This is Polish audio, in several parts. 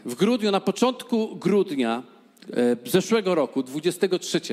W grudniu, na początku grudnia zeszłego roku, 23,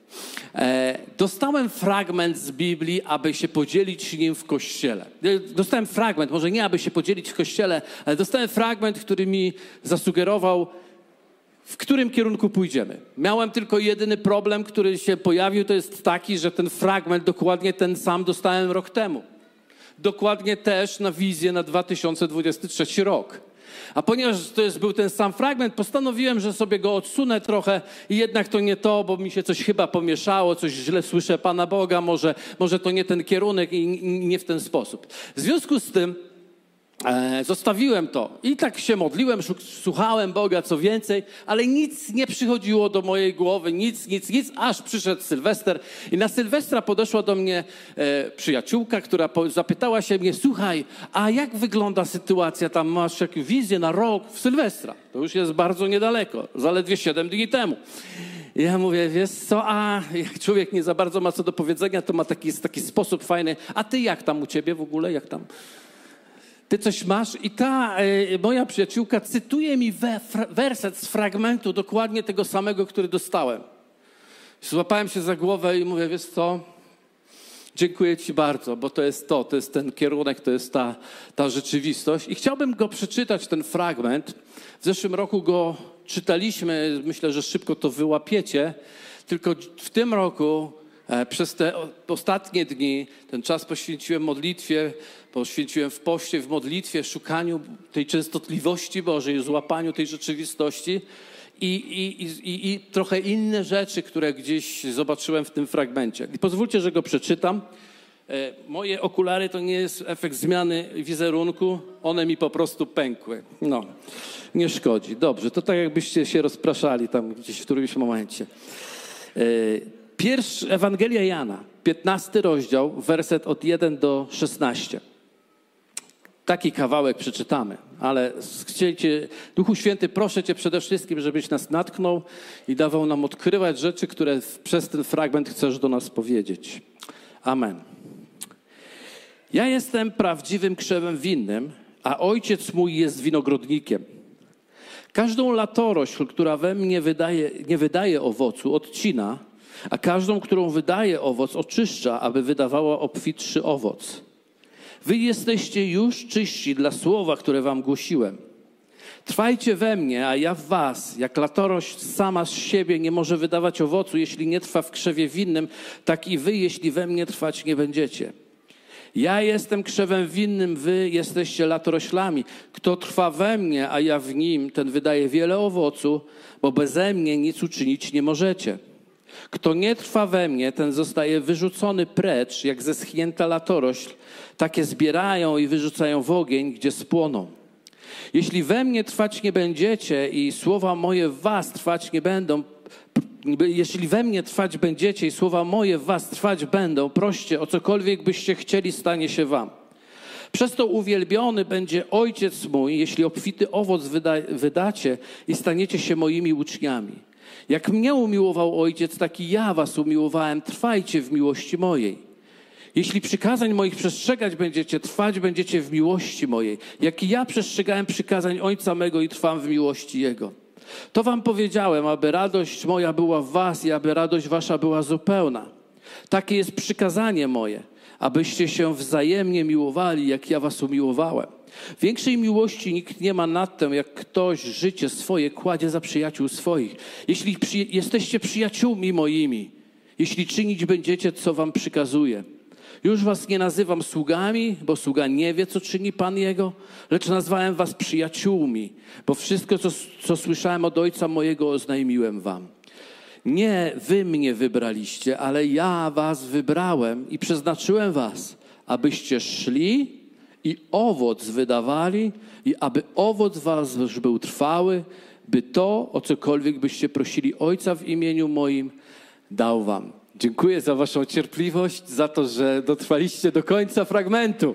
dostałem fragment z Biblii, aby się podzielić nim w kościele. Dostałem fragment, może nie aby się podzielić w kościele, ale dostałem fragment, który mi zasugerował, w którym kierunku pójdziemy. Miałem tylko jedyny problem, który się pojawił, to jest taki, że ten fragment, dokładnie ten sam dostałem rok temu. Dokładnie też na wizję na 2023 rok. A ponieważ to był ten sam fragment, postanowiłem, że sobie go odsunę trochę i jednak to nie to, bo mi się coś chyba pomieszało, coś źle słyszę Pana Boga, może to nie ten kierunek i nie w ten sposób. W związku z tym zostawiłem to i tak się modliłem, słuchałem Boga, co więcej, ale nic nie przychodziło do mojej głowy, nic, aż przyszedł Sylwester i na Sylwestra podeszła do mnie przyjaciółka, która zapytała się mnie, słuchaj, a jak wygląda sytuacja, tam masz jakąś wizję na rok w Sylwestra? To już jest bardzo niedaleko, zaledwie 7 dni temu. I ja mówię, wiesz co, a jak człowiek nie za bardzo ma co do powiedzenia, to ma taki sposób fajny, a ty jak tam u ciebie w ogóle, jak tam? Ty coś masz? I ta moja przyjaciółka cytuje mi werset z fragmentu dokładnie tego samego, który dostałem. Złapałem się za głowę i mówię, wiesz co, dziękuję ci bardzo, bo to jest ten kierunek, to jest ta rzeczywistość. I chciałbym go przeczytać, ten fragment. W zeszłym roku go czytaliśmy, myślę, że szybko to wyłapiecie, tylko w tym roku przez te ostatnie dni ten czas poświęciłem modlitwie, poświęciłem w poście, w modlitwie, szukaniu tej częstotliwości Bożej, złapaniu tej rzeczywistości i trochę inne rzeczy, które gdzieś zobaczyłem w tym fragmencie. I pozwólcie, że go przeczytam. Moje okulary to nie jest efekt zmiany wizerunku, one mi po prostu pękły. No, nie szkodzi. Dobrze, to tak jakbyście się rozpraszali tam gdzieś w którymś momencie. Ewangelia Jana, 15 rozdział, werset od 1 do 16. Taki kawałek przeczytamy, ale Duchu Święty, proszę Cię przede wszystkim, żebyś nas natknął i dawał nam odkrywać rzeczy, które przez ten fragment chcesz do nas powiedzieć. Amen. Ja jestem prawdziwym krzewem winnym, a Ojciec mój jest winogrodnikiem. Każdą latorośl, która we mnie nie wydaje owocu, odcina, a każdą, którą wydaje owoc, oczyszcza, aby wydawała obfitszy owoc. Wy jesteście już czyści dla słowa, które wam głosiłem. Trwajcie we mnie, a ja w was. Jak latorośl sama z siebie nie może wydawać owocu, jeśli nie trwa w krzewie winnym, tak i wy, jeśli we mnie trwać nie będziecie. Ja jestem krzewem winnym, wy jesteście latoroślami. Kto trwa we mnie, a ja w nim, ten wydaje wiele owocu, bo beze mnie nic uczynić nie możecie. Kto nie trwa we mnie, ten zostaje wyrzucony precz, jak zeschnięta latorośl. Takie zbierają i wyrzucają w ogień, gdzie spłoną. Jeśli we mnie trwać nie będziecie i słowa moje w was trwać nie będą, jeśli we mnie trwać będziecie i słowa moje w was trwać będą, proście, o cokolwiek byście chcieli, stanie się wam. Przez to uwielbiony będzie Ojciec mój, jeśli obfity owoc wydacie i staniecie się moimi uczniami. Jak mnie umiłował Ojciec, tak i ja was umiłowałem. Trwajcie w miłości mojej. Jeśli przykazań moich przestrzegać będziecie, trwać będziecie w miłości mojej. Jak i ja przestrzegałem przykazań Ojca mego i trwam w miłości Jego. To wam powiedziałem, aby radość moja była w was i aby radość wasza była zupełna. Takie jest przykazanie moje, abyście się wzajemnie miłowali, jak ja was umiłowałem. Większej miłości nikt nie ma nad tym, jak ktoś życie swoje kładzie za przyjaciół swoich. Jeśli jesteście przyjaciółmi moimi, jeśli czynić będziecie, co wam przykazuję. Już was nie nazywam sługami, bo sługa nie wie, co czyni Pan Jego, lecz nazwałem was przyjaciółmi, bo wszystko, co słyszałem od Ojca mojego, oznajmiłem wam. Nie wy mnie wybraliście, ale ja was wybrałem i przeznaczyłem was, abyście szli i owoc wydawali i aby owoc was był trwały, by to, o cokolwiek byście prosili Ojca w imieniu moim, dał wam. Dziękuję za waszą cierpliwość, za to, że dotrwaliście do końca fragmentu.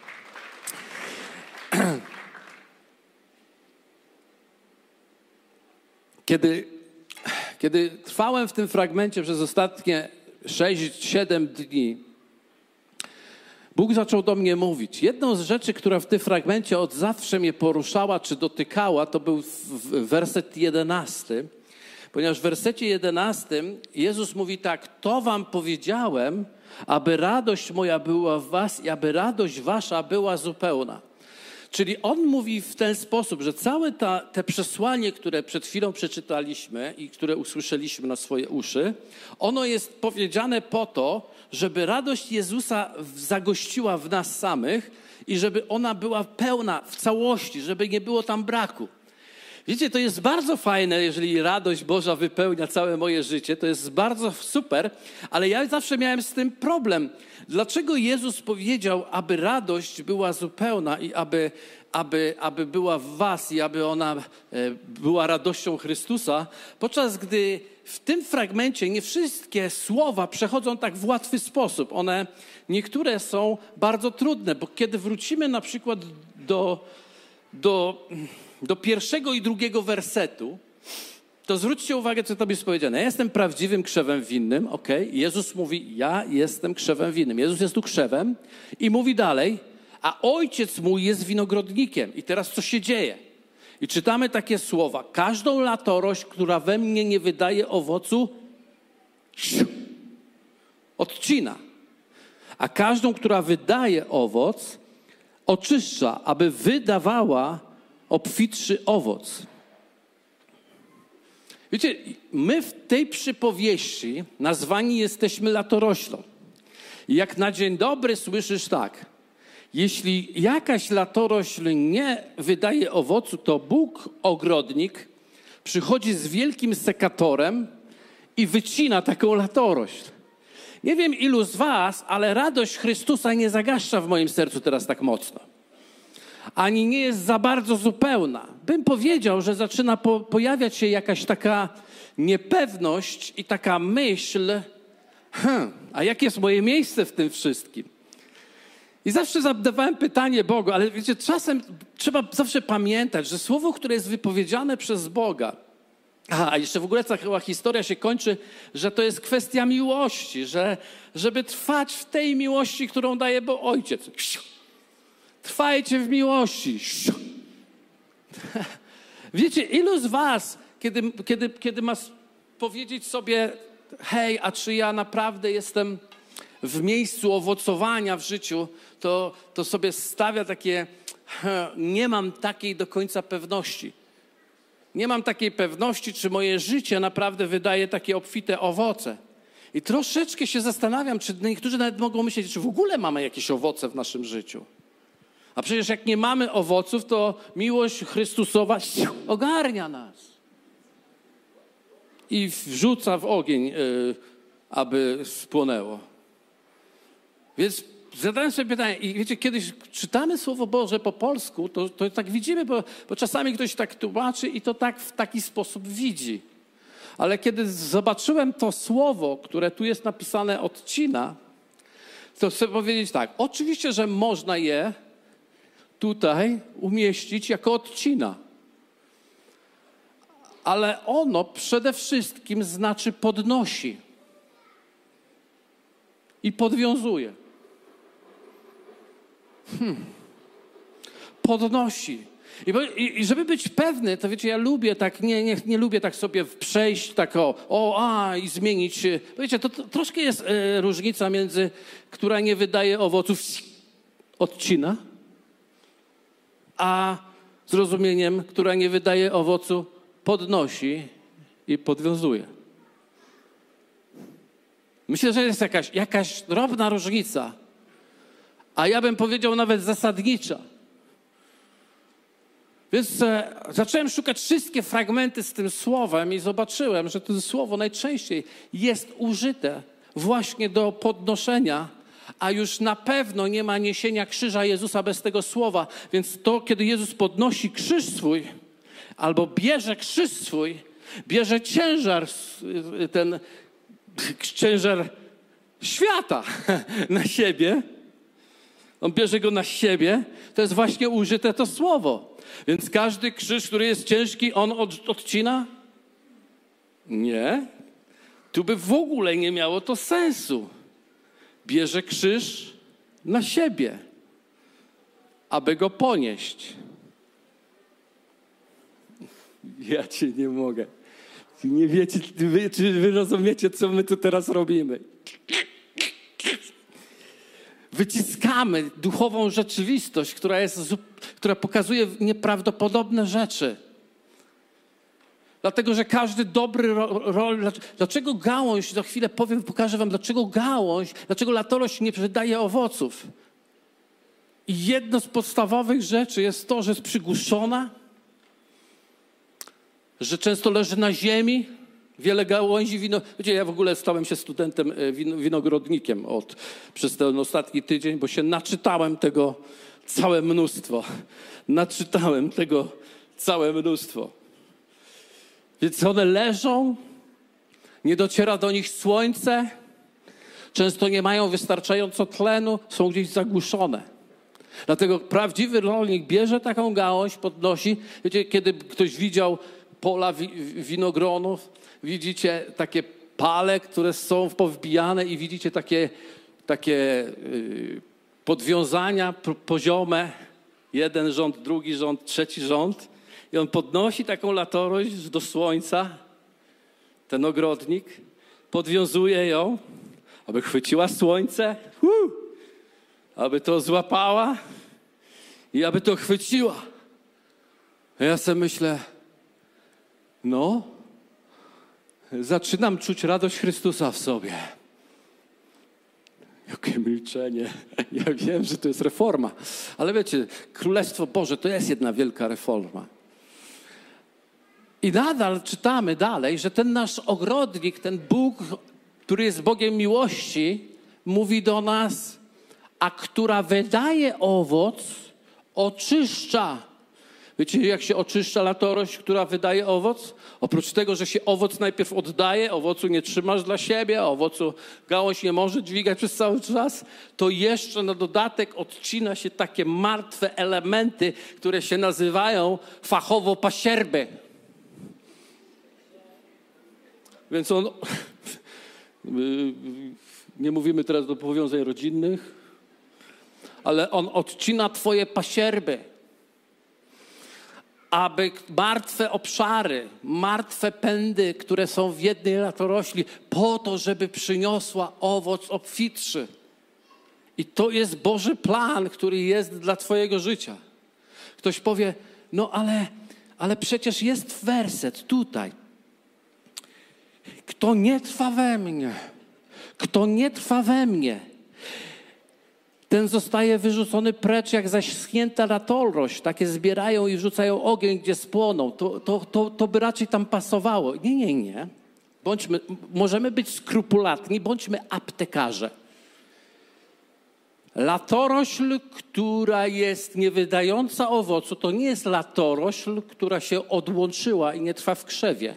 Kiedy trwałem w tym fragmencie przez ostatnie 6-7 dni, Bóg zaczął do mnie mówić. Jedną z rzeczy, która w tym fragmencie od zawsze mnie poruszała czy dotykała, to był werset 11. Ponieważ w wersecie 11 Jezus mówi tak: to wam powiedziałem, aby radość moja była w was i aby radość wasza była zupełna. Czyli on mówi w ten sposób, że całe te przesłanie, które przed chwilą przeczytaliśmy i które usłyszeliśmy na swoje uszy, ono jest powiedziane po to, żeby radość Jezusa zagościła w nas samych i żeby ona była pełna w całości, żeby nie było tam braku. Wiecie, to jest bardzo fajne, jeżeli radość Boża wypełnia całe moje życie. To jest bardzo super, ale ja zawsze miałem z tym problem. Dlaczego Jezus powiedział, aby radość była zupełna i aby była w was i aby ona była radością Chrystusa, podczas gdy w tym fragmencie nie wszystkie słowa przechodzą tak w łatwy sposób. Niektóre są bardzo trudne, bo kiedy wrócimy na przykład do pierwszego i drugiego wersetu, to zwróćcie uwagę, co tam jest powiedziane. Ja jestem prawdziwym krzewem winnym, okej? Jezus mówi, ja jestem krzewem winnym. Jezus jest tu krzewem i mówi dalej, a ojciec mój jest winogrodnikiem. I teraz co się dzieje? I czytamy takie słowa. Każdą latorość, która we mnie nie wydaje owocu, odcina. A każdą, która wydaje owoc, oczyszcza, aby wydawała obfitszy owoc. Wiecie, my w tej przypowieści nazwani jesteśmy latoroślą. I jak na dzień dobry słyszysz tak: jeśli jakaś latorośl nie wydaje owocu, to Bóg, ogrodnik, przychodzi z wielkim sekatorem i wycina taką latorośl. Nie wiem ilu z was, ale radość Chrystusa nie zagaszcza w moim sercu teraz tak mocno. Ani nie jest za bardzo zupełna. Bym powiedział, że zaczyna pojawiać się jakaś taka niepewność i taka myśl, a jakie jest moje miejsce w tym wszystkim? I zawsze zadawałem pytanie Bogu, ale wiecie, czasem trzeba zawsze pamiętać, że słowo, które jest wypowiedziane przez Boga, a jeszcze w ogóle cała historia się kończy, że to jest kwestia miłości, żeby trwać w tej miłości, którą daje Ojciec. Trwajcie w miłości. Wiecie, ilu z was, kiedy ma powiedzieć sobie, hej, a czy ja naprawdę jestem w miejscu owocowania w życiu, to sobie stawia takie, nie mam takiej do końca pewności. Nie mam takiej pewności, czy moje życie naprawdę wydaje takie obfite owoce. I troszeczkę się zastanawiam, czy niektórzy nawet mogą myśleć, czy w ogóle mamy jakieś owoce w naszym życiu. A przecież jak nie mamy owoców, to miłość Chrystusowa ogarnia nas. I wrzuca w ogień, aby spłonęło. Więc zadałem sobie pytanie, i wiecie, kiedyś czytamy Słowo Boże po polsku, to tak widzimy, bo czasami ktoś tak tłumaczy i to tak w taki sposób widzi. Ale kiedy zobaczyłem to słowo, które tu jest napisane odcina, to chcę powiedzieć tak, oczywiście, że można je tutaj umieścić jako odcina. Ale ono przede wszystkim znaczy podnosi i podwiązuje. Podnosi. I żeby być pewny, to wiecie, ja lubię tak, nie lubię tak sobie przejść tak i zmienić. Wiecie, to troszkę jest różnica między, która nie wydaje owoców, odcina, a zrozumieniem, która nie wydaje owocu, podnosi i podwiązuje. Myślę, że jest jakaś drobna różnica, a ja bym powiedział nawet zasadnicza. Więc zacząłem szukać wszystkie fragmenty z tym słowem i zobaczyłem, że to słowo najczęściej jest użyte właśnie do podnoszenia, a już na pewno nie ma niesienia krzyża Jezusa bez tego słowa. Więc to, kiedy Jezus podnosi krzyż swój, albo bierze krzyż swój, bierze ciężar, ten ciężar świata na siebie, on bierze go na siebie, to jest właśnie użyte to słowo. Więc każdy krzyż, który jest ciężki, on odcina? Nie. Tu by w ogóle nie miało to sensu. Bierze krzyż na siebie, aby go ponieść. Ja cię nie mogę. Nie wiecie, czy wy rozumiecie, co my tu teraz robimy? Wyciskamy duchową rzeczywistość, która pokazuje nieprawdopodobne rzeczy. Dlatego, że każdy dobry dlaczego gałąź, za chwilę pokażę wam, dlaczego latorość nie wydaje owoców. I jedno z podstawowych rzeczy jest to, że jest przygłuszona, że często leży na ziemi, wiele gałęzi Wiecie, ja w ogóle stałem się studentem, winogrodnikiem przez ten ostatni tydzień, bo się naczytałem tego całe mnóstwo. Więc one leżą, nie dociera do nich słońce, często nie mają wystarczająco tlenu, są gdzieś zagłuszone. Dlatego prawdziwy rolnik bierze taką gałąź, podnosi. Wiecie, kiedy ktoś widział pola winogronów, widzicie takie pale, które są powbijane i widzicie takie podwiązania poziome. Jeden rząd, drugi rząd, trzeci rząd. I on podnosi taką latorość do słońca, ten ogrodnik, podwiązuje ją, aby chwyciła słońce, aby to złapała i aby to chwyciła. A ja sobie myślę, zaczynam czuć radość Chrystusa w sobie. Jakie milczenie. Ja wiem, że to jest reforma. Ale wiecie, Królestwo Boże to jest jedna wielka reforma. I nadal czytamy dalej, że ten nasz ogrodnik, ten Bóg, który jest Bogiem miłości, mówi do nas, a która wydaje owoc, oczyszcza. Wiecie, jak się oczyszcza latorość, która wydaje owoc? Oprócz tego, że się owoc najpierw oddaje, owocu nie trzymasz dla siebie, owocu gałąź nie może dźwigać przez cały czas, to jeszcze na dodatek odcina się takie martwe elementy, które się nazywają fachowo pasierby. Więc nie mówimy teraz do powiązań rodzinnych, ale on odcina twoje pasierby, aby martwe obszary, martwe pędy, które są w jednej latorośli, po to, żeby przyniosła owoc obfitszy. I to jest Boży plan, który jest dla twojego życia. Ktoś powie, ale przecież jest werset tutaj. Kto nie trwa we mnie, ten zostaje wyrzucony precz jak zaschnięta latorość. Takie zbierają i wrzucają ogień, gdzie spłoną. To by raczej tam pasowało. Nie. Możemy być skrupulatni, bądźmy aptekarze. Latorośl, która jest niewydająca owocu, to nie jest latorośl, która się odłączyła i nie trwa w krzewie.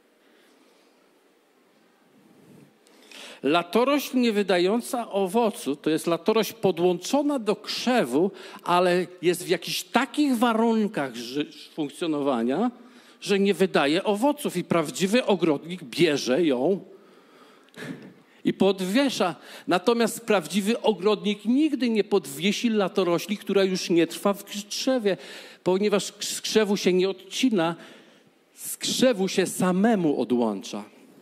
Latorośl niewydająca owocu to jest latorośl podłączona do krzewu, ale jest w jakichś takich warunkach funkcjonowania, że nie wydaje owoców i prawdziwy ogrodnik bierze ją i podwiesza. Natomiast prawdziwy ogrodnik nigdy nie podwiesi latorośli, która już nie trwa w krzewie, ponieważ z krzewu się nie odcina, z krzewu się samemu odłącza.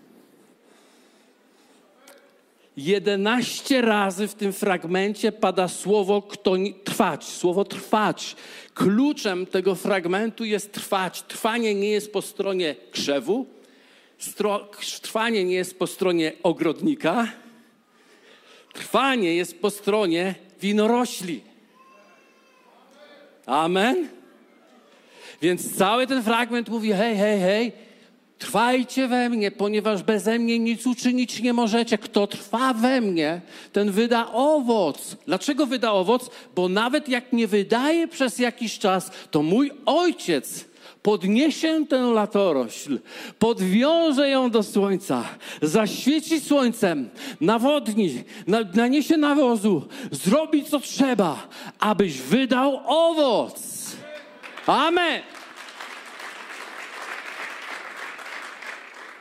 11 razy w tym fragmencie pada słowo trwać. Kluczem tego fragmentu jest trwać. Trwanie nie jest po stronie krzewu, trwanie nie jest po stronie ogrodnika, trwanie jest po stronie winorośli. Amen? Więc cały ten fragment mówi, hej, trwajcie we mnie, ponieważ beze mnie nic uczynić nie możecie. Kto trwa we mnie, ten wyda owoc. Dlaczego wyda owoc? Bo nawet jak nie wydaje przez jakiś czas, to mój Ojciec podniesie tę latorośl, podwiąże ją do słońca, zaświeci słońcem, nawodni, naniesie nawozu, zrobi co trzeba, abyś wydał owoc. Amen.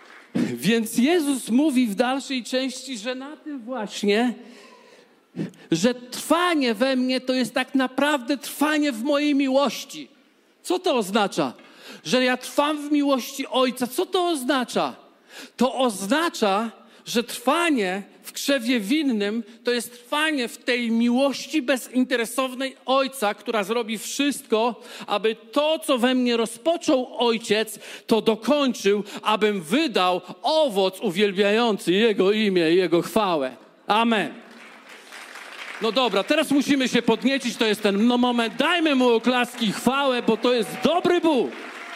Więc Jezus mówi w dalszej części, że na tym właśnie, że trwanie we mnie to jest tak naprawdę trwanie w mojej miłości. Co to oznacza? Że ja trwam w miłości Ojca. Co to oznacza? To oznacza, że trwanie w krzewie winnym to jest trwanie w tej miłości bezinteresownej Ojca, która zrobi wszystko, aby to, co we mnie rozpoczął Ojciec, to dokończył, abym wydał owoc uwielbiający Jego imię i Jego chwałę. Amen. No dobra, teraz musimy się podniecić, to jest ten moment. Dajmy Mu oklaski, chwałę, bo to jest dobry Bóg.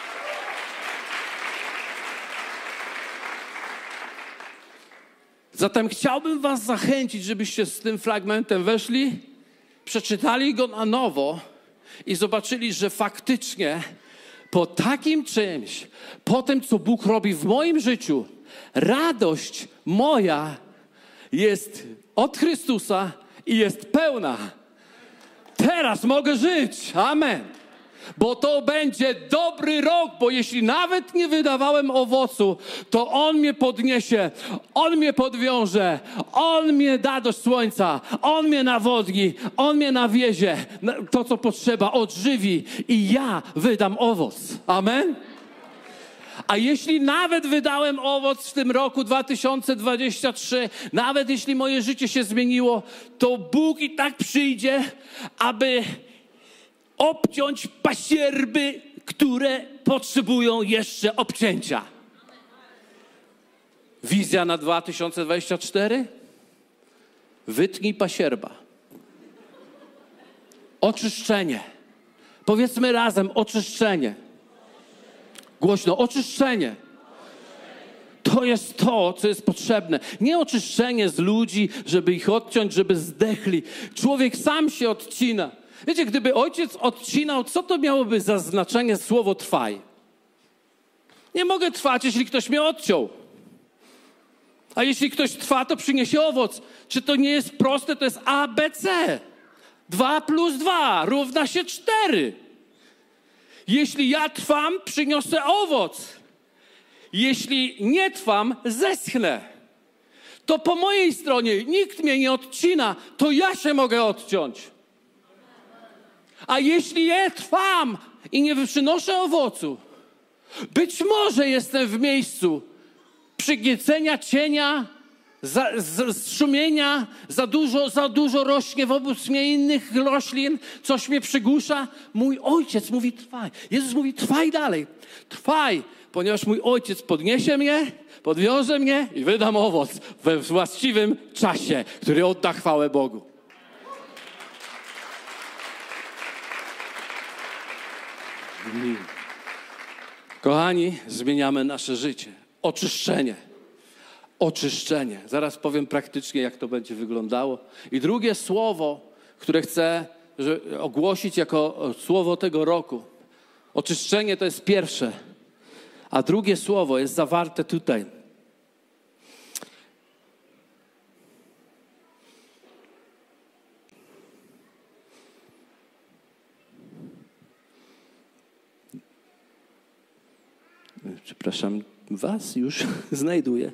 Zatem chciałbym was zachęcić, żebyście z tym fragmentem weszli, przeczytali go na nowo i zobaczyli, że faktycznie po takim czymś, po tym, co Bóg robi w moim życiu, radość moja jest od Chrystusa i jest pełna. Teraz mogę żyć. Amen. Bo to będzie dobry rok, bo jeśli nawet nie wydawałem owocu, to On mnie podniesie, On mnie podwiąże, On mnie da do słońca, On mnie nawodni, On mnie nawiezie, to co potrzeba, odżywi i ja wydam owoc. Amen? A jeśli nawet wydałem owoc w tym roku 2023, nawet jeśli moje życie się zmieniło, to Bóg i tak przyjdzie, aby obciąć pasierby, które potrzebują jeszcze obcięcia. Wizja na 2024? Wytnij pasierba. Oczyszczenie. Powiedzmy razem, oczyszczenie. Głośno, oczyszczenie. To jest to, co jest potrzebne. Nie oczyszczenie z ludzi, żeby ich odciąć, żeby zdechli. Człowiek sam się odcina. Wiecie, gdyby Ojciec odcinał, co to miałoby za znaczenie słowo trwaj? Nie mogę trwać, jeśli ktoś mnie odciął. A jeśli ktoś trwa, to przyniesie owoc. Czy to nie jest proste? To jest ABC. 2 + 2 równa się 4. Jeśli ja trwam, przyniosę owoc. Jeśli nie trwam, zeschnę. To po mojej stronie nikt mnie nie odcina, to ja się mogę odciąć. A jeśli ja trwam i nie przynoszę owocu, być może jestem w miejscu przygniecenia cienia, szumienia, za dużo rośnie wobec mnie innych roślin, coś mnie przygłusza. Mój Ojciec mówi trwaj. Jezus mówi trwaj dalej. Trwaj, ponieważ mój Ojciec podniesie mnie, podwiąże mnie i wydam owoc we właściwym czasie, który odda chwałę Bogu. Kochani, zmieniamy nasze życie. Oczyszczenie. Oczyszczenie. Zaraz powiem praktycznie, jak to będzie wyglądało. I drugie słowo, które chcę ogłosić jako słowo tego roku. Oczyszczenie to jest pierwsze, a drugie słowo jest zawarte tutaj. Przepraszam was, już znajduję.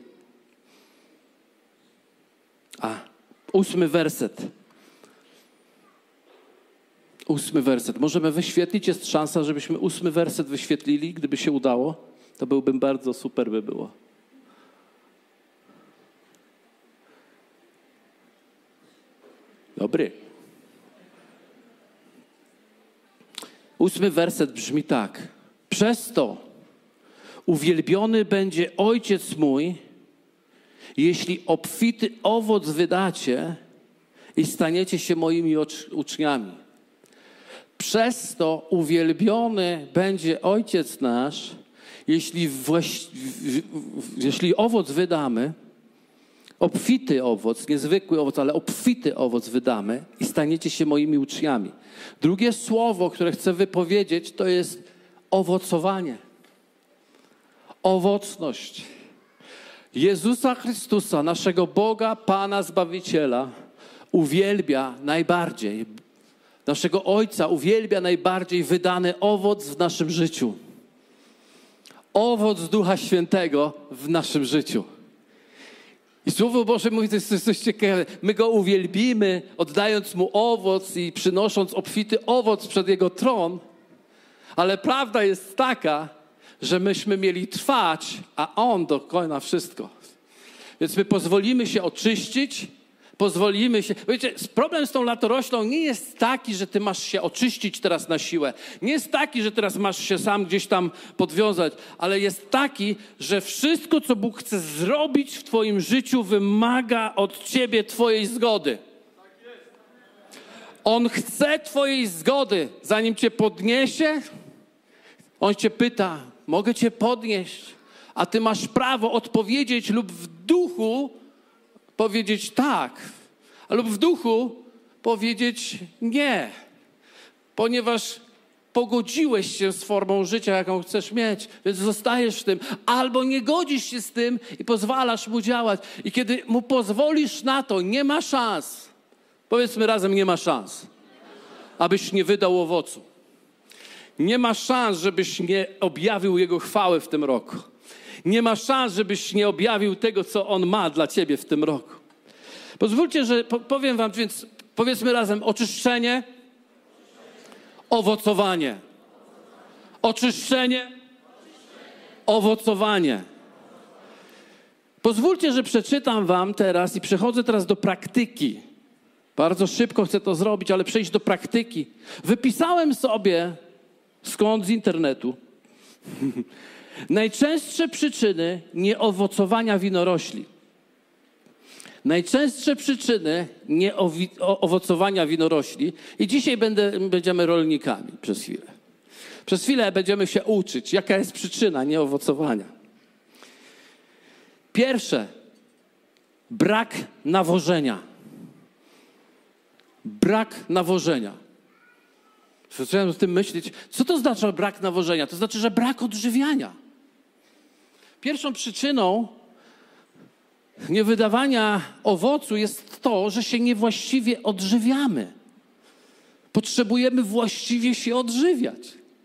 8 werset. 8 werset. Możemy wyświetlić, jest szansa, żebyśmy 8 werset wyświetlili, gdyby się udało. To byłbym bardzo super by było. Dobry. 8 werset brzmi tak. Przez to uwielbiony będzie Ojciec mój, jeśli obfity owoc wydacie i staniecie się moimi uczniami. Przez to uwielbiony będzie Ojciec nasz, jeśli owoc wydamy, obfity owoc, niezwykły owoc, ale obfity owoc wydamy i staniecie się moimi uczniami. Drugie słowo, które chcę wypowiedzieć, to jest owocowanie. Owocność. Jezusa Chrystusa, naszego Boga, Pana, Zbawiciela, uwielbia najbardziej. Naszego Ojca uwielbia najbardziej wydany owoc w naszym życiu. Owoc Ducha Świętego w naszym życiu. I Słowo Boże mówi, to jest coś ciekawe. My Go uwielbimy, oddając Mu owoc i przynosząc obfity owoc przed Jego tron. Ale prawda jest taka, że myśmy mieli trwać, a On dokona wszystko. Więc my pozwolimy się oczyścić, pozwolimy się... Wiecie, problem z tą latoroślą nie jest taki, że ty masz się oczyścić teraz na siłę. Nie jest taki, że teraz masz się sam gdzieś tam podwiązać, ale jest taki, że wszystko, co Bóg chce zrobić w twoim życiu, wymaga od ciebie twojej zgody. On chce twojej zgody. Zanim cię podniesie, On cię pyta, mogę cię podnieść, a ty masz prawo odpowiedzieć lub w duchu powiedzieć tak, lub w duchu powiedzieć nie, ponieważ pogodziłeś się z formą życia, jaką chcesz mieć, więc zostajesz w tym, albo nie godzisz się z tym i pozwalasz Mu działać. I kiedy Mu pozwolisz na to, nie ma szans, powiedzmy razem, nie ma szans, abyś nie wydał owocu. Nie ma szans, żebyś nie objawił Jego chwały w tym roku. Nie ma szans, żebyś nie objawił tego, co On ma dla ciebie w tym roku. Pozwólcie, że powiem wam, więc powiedzmy razem oczyszczenie, owocowanie. Oczyszczenie, owocowanie. Pozwólcie, że przeczytam wam teraz i przechodzę teraz do praktyki. Bardzo szybko chcę to zrobić, ale przejść do praktyki. Wypisałem sobie, skąd z internetu, najczęstsze przyczyny nieowocowania winorośli. Najczęstsze przyczyny nieowocowania winorośli. I dzisiaj będziemy rolnikami przez chwilę. Przez chwilę będziemy się uczyć, jaka jest przyczyna nieowocowania. Pierwsze, brak nawożenia. Brak nawożenia. Zacząłem o tym myśleć. Co to oznacza brak nawożenia? To znaczy, że brak odżywiania. Pierwszą przyczyną niewydawania owocu jest to, że się niewłaściwie odżywiamy. Potrzebujemy właściwie się odżywiać.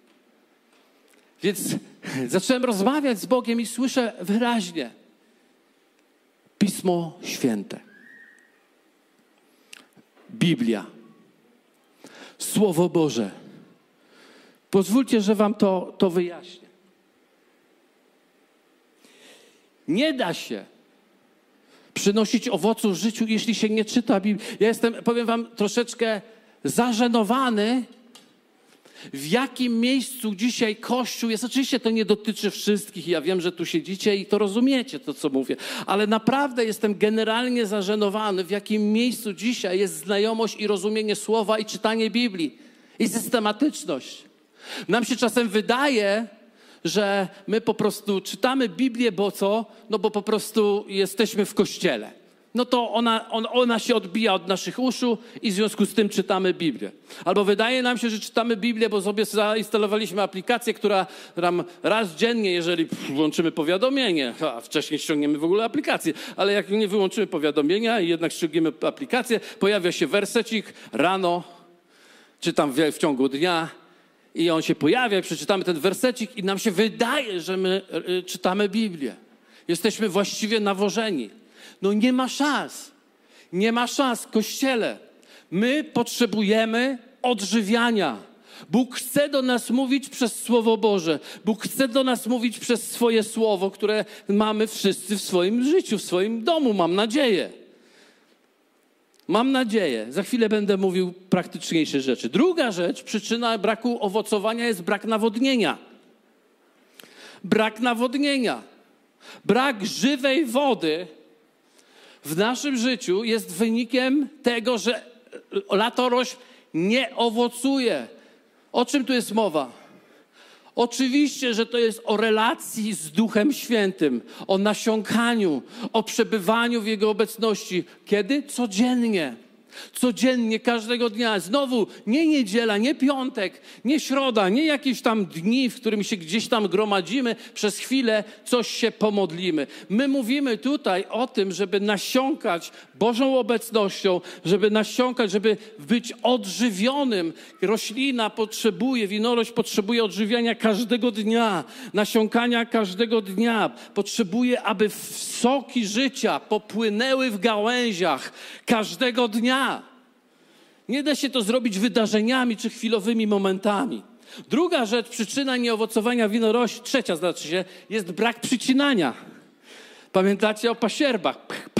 Więc zacząłem rozmawiać z Bogiem i słyszę wyraźnie Pismo Święte. Biblia. Słowo Boże. Pozwólcie, że wam to wyjaśnię. Nie da się przynosić owocu w życiu, jeśli się nie czyta Biblii. Ja jestem, powiem wam, troszeczkę zażenowany, w jakim miejscu dzisiaj Kościół jest. Oczywiście to nie dotyczy wszystkich. Ja wiem, że tu siedzicie i to rozumiecie, to co mówię. Ale naprawdę jestem generalnie zażenowany, w jakim miejscu dzisiaj jest znajomość i rozumienie Słowa i czytanie Biblii. I systematyczność. Nam się czasem wydaje, że my po prostu czytamy Biblię, bo co? No bo po prostu jesteśmy w kościele. No to ona się odbija od naszych uszu i w związku z tym czytamy Biblię. Albo wydaje nam się, że czytamy Biblię, bo sobie zainstalowaliśmy aplikację, która nam raz dziennie, jeżeli włączymy powiadomienie, a wcześniej ściągniemy w ogóle aplikację, ale jak nie wyłączymy powiadomienia i jednak ściągniemy aplikację, pojawia się wersecik rano, czy tam w ciągu dnia i on się pojawia i przeczytamy ten wersecik i nam się wydaje, że my czytamy Biblię. Jesteśmy właściwie nawożeni. No nie ma szans. Nie ma szans. Kościele, my potrzebujemy odżywiania. Bóg chce do nas mówić przez Słowo Boże. Bóg chce do nas mówić przez swoje Słowo, które mamy wszyscy w swoim życiu, w swoim domu, mam nadzieję. Mam nadzieję. Za chwilę będę mówił praktyczniejsze rzeczy. Druga rzecz, przyczyna braku owocowania jest brak nawodnienia. Brak nawodnienia. Brak żywej wody w naszym życiu jest wynikiem tego, że latorośl nie owocuje. O czym tu jest mowa? Oczywiście, że to jest o relacji z Duchem Świętym, o nasiąkaniu, o przebywaniu w Jego obecności. Kiedy? Codziennie. Codziennie, każdego dnia. Znowu nie niedziela, nie piątek, nie środa, nie jakieś tam dni, w którym się gdzieś tam gromadzimy, przez chwilę coś się pomodlimy. My mówimy tutaj o tym, żeby nasiąkać Bożą obecnością, żeby nasiąkać, żeby być odżywionym. Roślina potrzebuje, winorośl potrzebuje odżywiania każdego dnia, nasiąkania każdego dnia. Potrzebuje, aby soki życia popłynęły w gałęziach każdego dnia. Nie da się to zrobić wydarzeniami czy chwilowymi momentami. Druga rzecz, przyczyna nieowocowania winorośli, trzecia znaczy się, jest brak przycinania. Pamiętacie o pasierbach?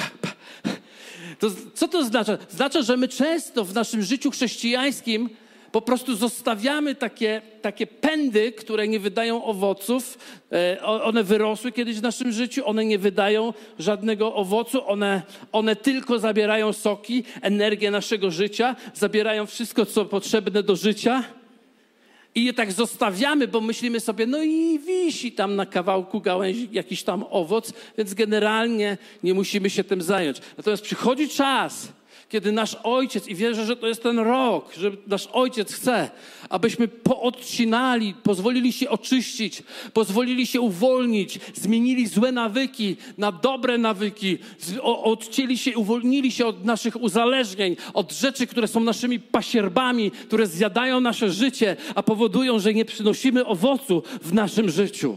Co to oznacza? Oznacza, że my często w naszym życiu chrześcijańskim po prostu zostawiamy takie pędy, które nie wydają owoców. One wyrosły kiedyś w naszym życiu, one nie wydają żadnego owocu, one tylko zabierają soki, energię naszego życia, zabierają wszystko, co potrzebne do życia i je tak zostawiamy, bo myślimy sobie, no i wisi tam na kawałku gałęzi jakiś tam owoc, więc generalnie nie musimy się tym zająć. Natomiast przychodzi czas, kiedy nasz Ojciec, i wierzę, że to jest ten rok, że nasz Ojciec chce, abyśmy poodcinali, pozwolili się oczyścić, pozwolili się uwolnić, zmienili złe nawyki na dobre nawyki, odcięli się, uwolnili się od naszych uzależnień, od rzeczy, które są naszymi pasierbami, które zjadają nasze życie, a powodują, że nie przynosimy owocu w naszym życiu.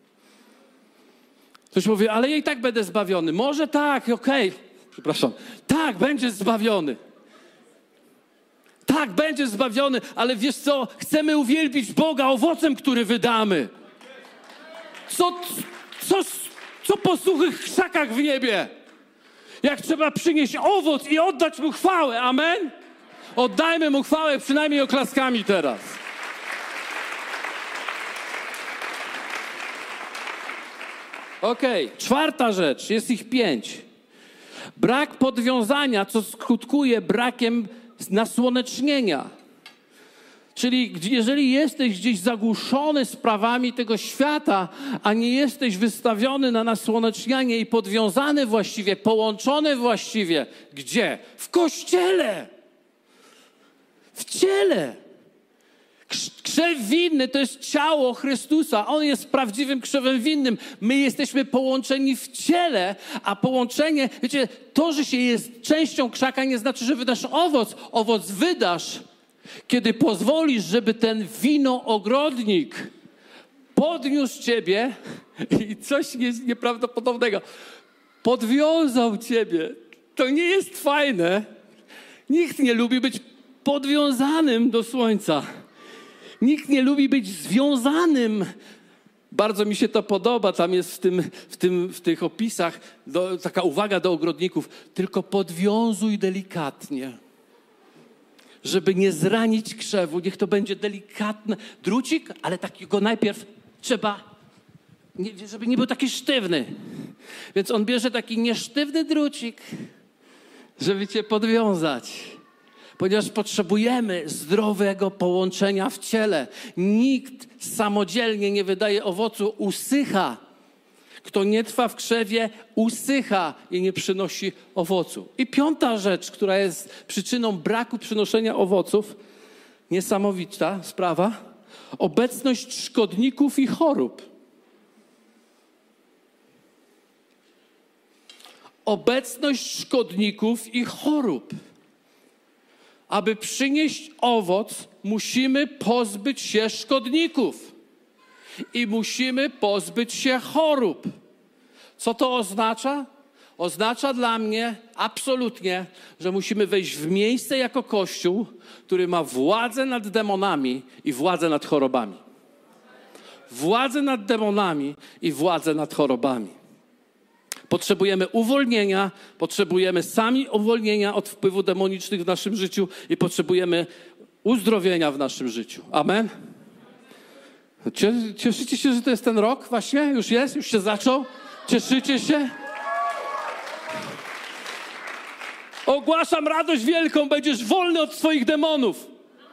Ktoś mówi, ale ja i tak będę zbawiony. Może tak, okej. Przepraszam. Tak, będziesz zbawiony. Tak, będziesz zbawiony, ale wiesz co? Chcemy uwielbić Boga owocem, który wydamy. Co po suchych krzakach w niebie? Jak trzeba przynieść owoc i oddać Mu chwałę. Amen? Oddajmy Mu chwałę przynajmniej oklaskami teraz. Okej, czwarta rzecz. Jest ich 5. Brak podwiązania, co skutkuje brakiem nasłonecznienia. Czyli jeżeli jesteś gdzieś zagłuszony sprawami tego świata, a nie jesteś wystawiony na nasłonecznianie i podwiązany właściwie, połączony właściwie, gdzie? W Kościele. W ciele. Krzew winny to jest ciało Chrystusa. On jest prawdziwym krzewem winnym. My jesteśmy połączeni w ciele, a połączenie, wiecie, to, że się jest częścią krzaka, nie znaczy, że wydasz owoc. Owoc wydasz, kiedy pozwolisz, żeby ten winoogrodnik podniósł ciebie i coś nieprawdopodobnego. Podwiązał ciebie. To nie jest fajne. Nikt nie lubi być podwiązanym do słońca. Nikt nie lubi być związanym. Bardzo mi się to podoba. Tam jest w tych opisach taka uwaga do ogrodników. Tylko podwiązuj delikatnie, żeby nie zranić krzewu. Niech to będzie delikatny drucik, ale takiego najpierw trzeba, żeby nie był taki sztywny. Więc on bierze taki niesztywny drucik, żeby cię podwiązać. Ponieważ potrzebujemy zdrowego połączenia w ciele. Nikt samodzielnie nie wydaje owocu, usycha. Kto nie trwa w krzewie, usycha i nie przynosi owocu. I 5. rzecz, która jest przyczyną braku przynoszenia owoców, niesamowita sprawa, obecność szkodników i chorób. Obecność szkodników i chorób. Aby przynieść owoc, musimy pozbyć się szkodników i musimy pozbyć się chorób. Co to oznacza? Oznacza dla mnie absolutnie, że musimy wejść w miejsce jako Kościół, który ma władzę nad demonami i władzę nad chorobami. Władzę nad demonami i władzę nad chorobami. Potrzebujemy uwolnienia, potrzebujemy sami uwolnienia od wpływu demonicznych w naszym życiu i potrzebujemy uzdrowienia w naszym życiu. Amen? Cieszycie się, że to jest ten rok właśnie? Już jest? Już się zaczął? Cieszycie się? Ogłaszam radość wielką, będziesz wolny od swoich demonów.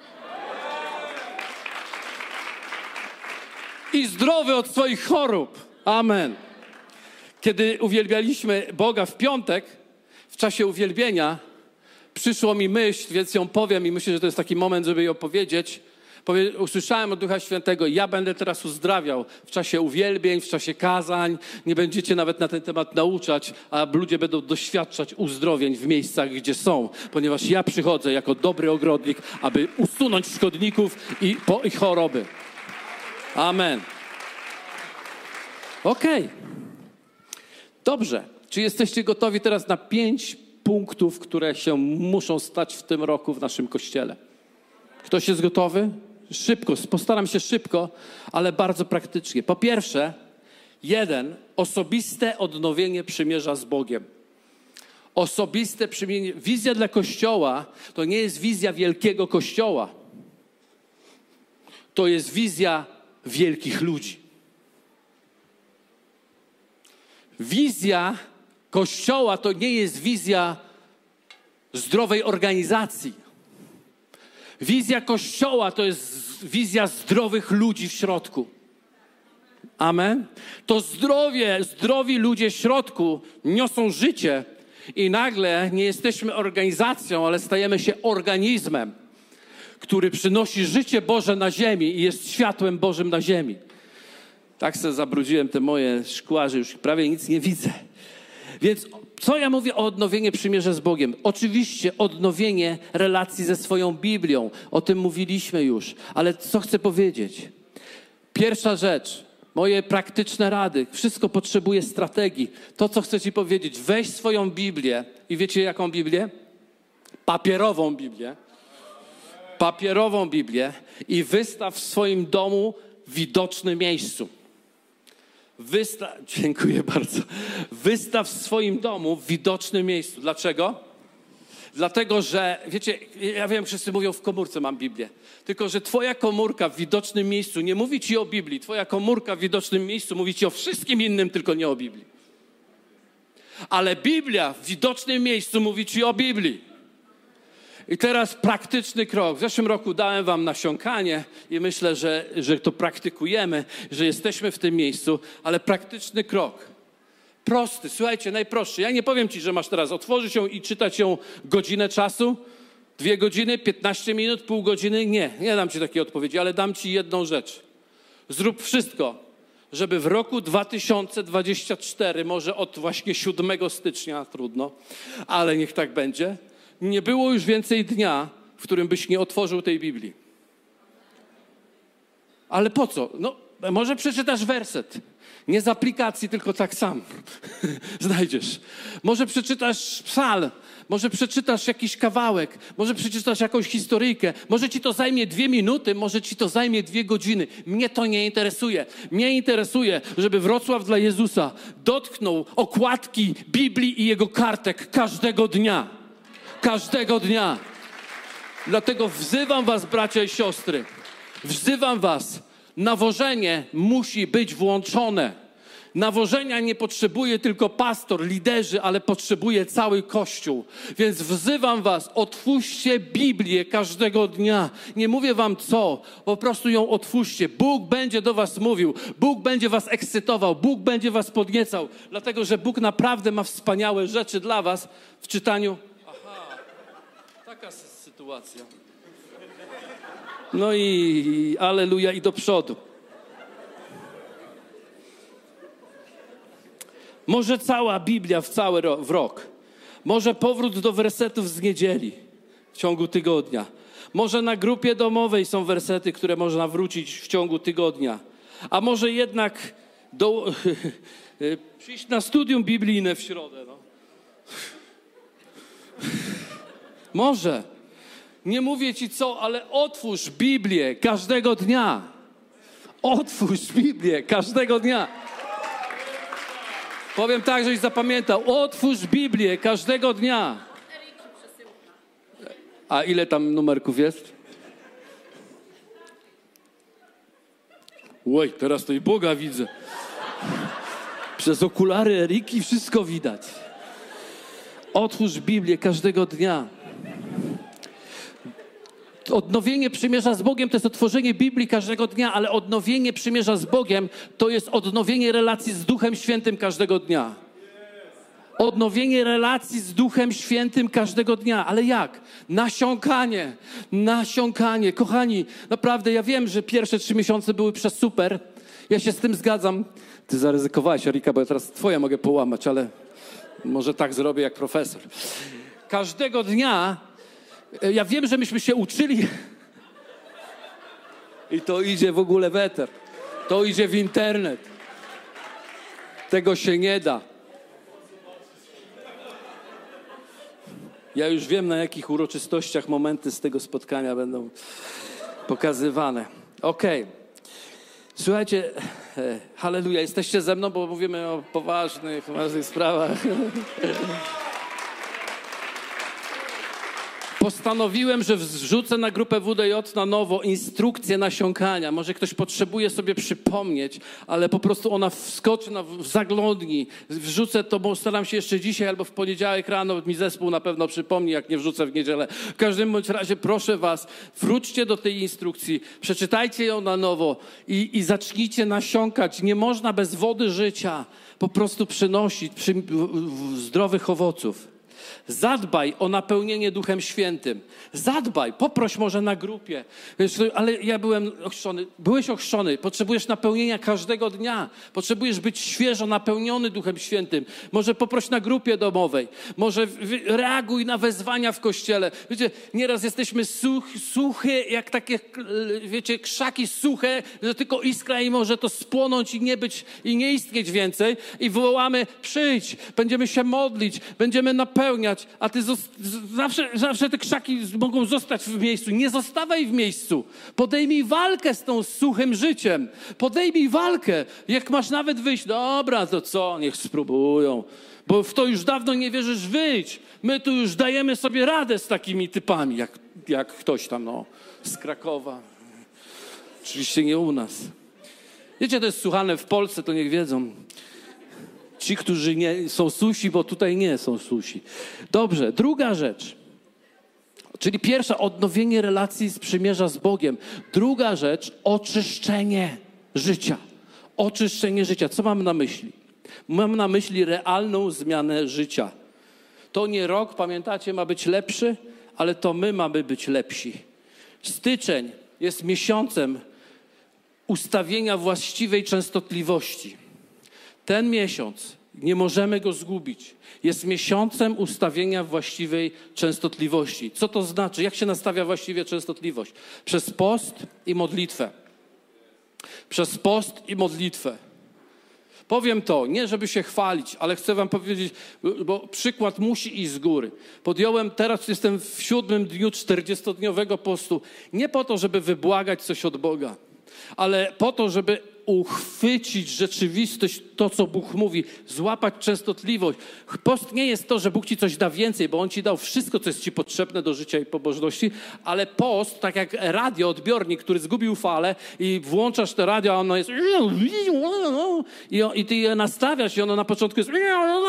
I zdrowy od swoich chorób. Amen. Kiedy uwielbialiśmy Boga w piątek, w czasie uwielbienia, przyszło mi myśl, więc ją powiem i myślę, że to jest taki moment, żeby ją powiedzieć. Usłyszałem od Ducha Świętego, ja będę teraz uzdrawiał w czasie uwielbień, w czasie kazań. Nie będziecie nawet na ten temat nauczać, a ludzie będą doświadczać uzdrowień w miejscach, gdzie są. Ponieważ ja przychodzę jako dobry ogrodnik, aby usunąć szkodników i choroby. Amen. Okej. Dobrze. Czy jesteście gotowi teraz na 5 punktów, które się muszą stać w tym roku w naszym Kościele? Ktoś jest gotowy? Szybko, postaram się szybko, ale bardzo praktycznie. Po pierwsze, 1. Osobiste odnowienie przymierza z Bogiem. Osobiste przymierze. Wizja dla Kościoła to nie jest wizja wielkiego Kościoła. To jest wizja wielkich ludzi. Wizja Kościoła to nie jest wizja zdrowej organizacji. Wizja Kościoła to jest wizja zdrowych ludzi w środku. Amen. To zdrowi ludzie w środku niosą życie i nagle nie jesteśmy organizacją, ale stajemy się organizmem, który przynosi życie Boże na ziemi i jest światłem Bożym na ziemi. Tak sobie zabrudziłem te moje szkła, że już prawie nic nie widzę. Więc co ja mówię o odnowieniu przymierza z Bogiem? Oczywiście odnowienie relacji ze swoją Biblią. O tym mówiliśmy już. Ale co chcę powiedzieć? Pierwsza rzecz, moje praktyczne rady. Wszystko potrzebuje strategii. To, co chcę ci powiedzieć, weź swoją Biblię i wiecie jaką Biblię? Papierową Biblię. Papierową Biblię i wystaw w swoim domu w widocznym miejscu. Dziękuję bardzo. Wystaw w swoim domu w widocznym miejscu. Dlaczego? Dlatego, że, wiecie, ja wiem, wszyscy mówią, w komórce mam Biblię. Tylko, że twoja komórka w widocznym miejscu nie mówi ci o Biblii. Twoja komórka w widocznym miejscu mówi ci o wszystkim innym, tylko nie o Biblii. Ale Biblia w widocznym miejscu mówi ci o Biblii. I teraz praktyczny krok. W zeszłym roku dałem wam nasiąkanie i myślę, że to praktykujemy, że jesteśmy w tym miejscu, ale praktyczny krok. Prosty, słuchajcie, najprostszy. Ja nie powiem ci, że masz teraz otworzyć ją i czytać ją godzinę czasu, 2 godziny, 15 minut, pół godziny. Nie dam ci takiej odpowiedzi, ale dam ci jedną rzecz. Zrób wszystko, żeby w roku 2024, może od właśnie 7 stycznia, trudno, ale niech tak będzie, nie było już więcej dnia, w którym byś nie otworzył tej Biblii. Ale po co? No, może przeczytasz werset. Nie z aplikacji, tylko tak sam. Znajdziesz. Może przeczytasz psalm. Może przeczytasz jakiś kawałek. Może przeczytasz jakąś historyjkę. Może ci to zajmie 2 minuty, może ci to zajmie 2 godziny. Mnie to nie interesuje. Mnie interesuje, żeby Wrocław dla Jezusa dotknął okładki Biblii i jego kartek każdego dnia. Każdego dnia. Dlatego wzywam was, bracia i siostry. Wzywam was. Nawożenie musi być włączone. Nawożenia nie potrzebuje tylko pastor, liderzy, ale potrzebuje cały Kościół. Więc wzywam was, otwórzcie Biblię każdego dnia. Nie mówię wam co, po prostu ją otwórzcie. Bóg będzie do was mówił, Bóg będzie was ekscytował, Bóg będzie was podniecał, dlatego że Bóg naprawdę ma wspaniałe rzeczy dla was w czytaniu. Aha, taka sytuacja. No i alleluja i do przodu. Może cała Biblia w rok. Może powrót do wersetów z niedzieli w ciągu tygodnia. Może na grupie domowej są wersety, które można wrócić w ciągu tygodnia. A może jednak przyjść na studium biblijne w środę. No. Może. Nie mówię ci co, ale otwórz Biblię każdego dnia. Otwórz Biblię każdego dnia. Powiem tak, żeś zapamiętał. Otwórz Biblię każdego dnia. A ile tam numerków jest? Oj, teraz to i Boga widzę. Przez okulary Eriki wszystko widać. Otwórz Biblię każdego dnia. Odnowienie przymierza z Bogiem to jest otworzenie Biblii każdego dnia, ale odnowienie przymierza z Bogiem to jest odnowienie relacji z Duchem Świętym każdego dnia. Odnowienie relacji z Duchem Świętym każdego dnia. Ale jak? Nasiąkanie. Nasiąkanie. Kochani, naprawdę ja wiem, że pierwsze 3 miesiące były super. Ja się z tym zgadzam. Ty zaryzykowałeś, Erika, bo ja teraz twoje mogę połamać, ale może tak zrobię jak profesor. Każdego dnia, ja wiem, że myśmy się uczyli i to idzie w ogóle w eter. To idzie w internet. Tego się nie da. Ja już wiem, na jakich uroczystościach momenty z tego spotkania będą pokazywane. Okej. Słuchajcie, halleluja, jesteście ze mną, bo mówimy o poważnych sprawach. Postanowiłem, że wrzucę na grupę WDJ na nowo instrukcję nasiąkania. Może ktoś potrzebuje sobie przypomnieć, ale po prostu ona wskoczy, zaglądnij. Wrzucę to, bo staram się jeszcze dzisiaj albo w poniedziałek rano, mi zespół na pewno przypomni, jak nie wrzucę w niedzielę. W każdym bądź razie proszę was, wróćcie do tej instrukcji, przeczytajcie ją na nowo i zacznijcie nasiąkać. Nie można bez wody życia po prostu przynosić zdrowych owoców. Zadbaj o napełnienie Duchem Świętym. Zadbaj, poproś może na grupie. Wiesz, ale ja byłem ochrzczony. Byłeś ochrzczony. Potrzebujesz napełnienia każdego dnia. Potrzebujesz być świeżo napełniony Duchem Świętym. Może poproś na grupie domowej. Może reaguj na wezwania w kościele. Wiecie, nieraz jesteśmy suche, jak takie, wiecie, krzaki suche, że tylko iskra i może to spłonąć i nie być, i nie istnieć więcej. I wołamy, przyjdź, będziemy się modlić, będziemy napełniać. A ty zawsze te krzaki mogą zostać w miejscu. Nie zostawaj w miejscu. Podejmij walkę z tą suchym życiem. Podejmij walkę. Jak masz nawet wyjść, dobra, to co? Niech spróbują. Bo w to już dawno nie wierzysz, wyjdź. My tu już dajemy sobie radę z takimi typami, jak ktoś tam, z Krakowa. Oczywiście nie u nas. Wiecie, to jest słuchane w Polsce, to niech wiedzą. Ci, którzy nie są susi, bo tutaj nie są susi. Dobrze, druga rzecz. Czyli pierwsza, odnowienie relacji z przymierza z Bogiem. Druga rzecz, oczyszczenie życia. Oczyszczenie życia. Co mam na myśli? Mam na myśli realną zmianę życia. To nie rok, pamiętacie, ma być lepszy, ale to my mamy być lepsi. Styczeń jest miesiącem ustawienia właściwej częstotliwości. Ten miesiąc, nie możemy go zgubić, jest miesiącem ustawienia właściwej częstotliwości. Co to znaczy? Jak się nastawia właściwie częstotliwość? Przez post i modlitwę. Przez post i modlitwę. Powiem to, nie żeby się chwalić, ale chcę wam powiedzieć, bo przykład musi iść z góry. Teraz jestem w 7. dniu 40-dniowego postu, nie po to, żeby wybłagać coś od Boga, ale po to, żeby uchwycić rzeczywistość, to co Bóg mówi, złapać częstotliwość. Post nie jest to, że Bóg ci coś da więcej, bo On ci dał wszystko, co jest ci potrzebne do życia i pobożności, ale post, tak jak radio, odbiornik, który zgubił falę i włączasz to radio, a ono jest i ty je nastawiasz i ono na początku jest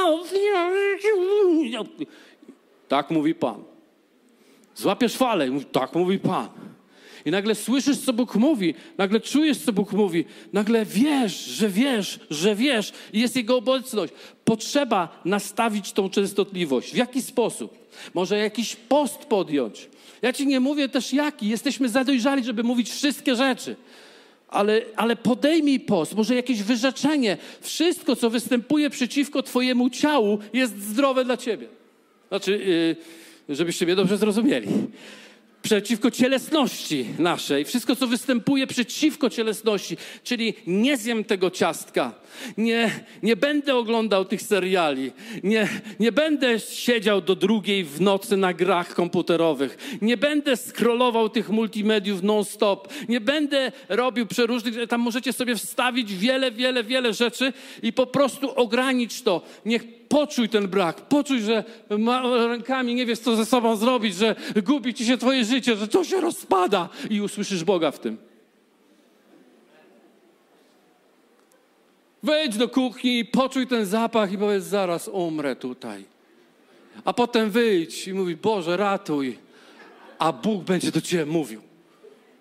tak mówi Pan. Złapiesz falę i mówi, tak mówi Pan. I nagle słyszysz, co Bóg mówi, nagle czujesz, co Bóg mówi, nagle wiesz i jest Jego obecność. Potrzeba nastawić tą częstotliwość. W jaki sposób? Może jakiś post podjąć. Ja ci nie mówię też jaki, jesteśmy za dojrzali, żeby mówić wszystkie rzeczy. Ale podejmij post, może jakieś wyrzeczenie. Wszystko, co występuje przeciwko twojemu ciału, jest zdrowe dla ciebie. Znaczy, żebyście mnie dobrze zrozumieli. Przeciwko cielesności naszej. Wszystko, co występuje przeciwko cielesności. Czyli nie zjem tego ciastka. Nie będę oglądał tych seriali. Nie będę siedział do 2 w nocy na grach komputerowych. Nie będę scrollował tych multimediów non-stop. Nie będę robił przeróżnych... Tam możecie sobie wstawić wiele rzeczy i po prostu ogranicz to. Niech poczuj ten brak. Poczuj, że rękami nie wiesz, co ze sobą zrobić, że gubi ci się twoje życie, że to się rozpada i usłyszysz Boga w tym. Wejdź do kuchni, poczuj ten zapach i powiedz, zaraz umrę tutaj. A potem wyjdź i mówi, Boże, ratuj. A Bóg będzie do ciebie mówił.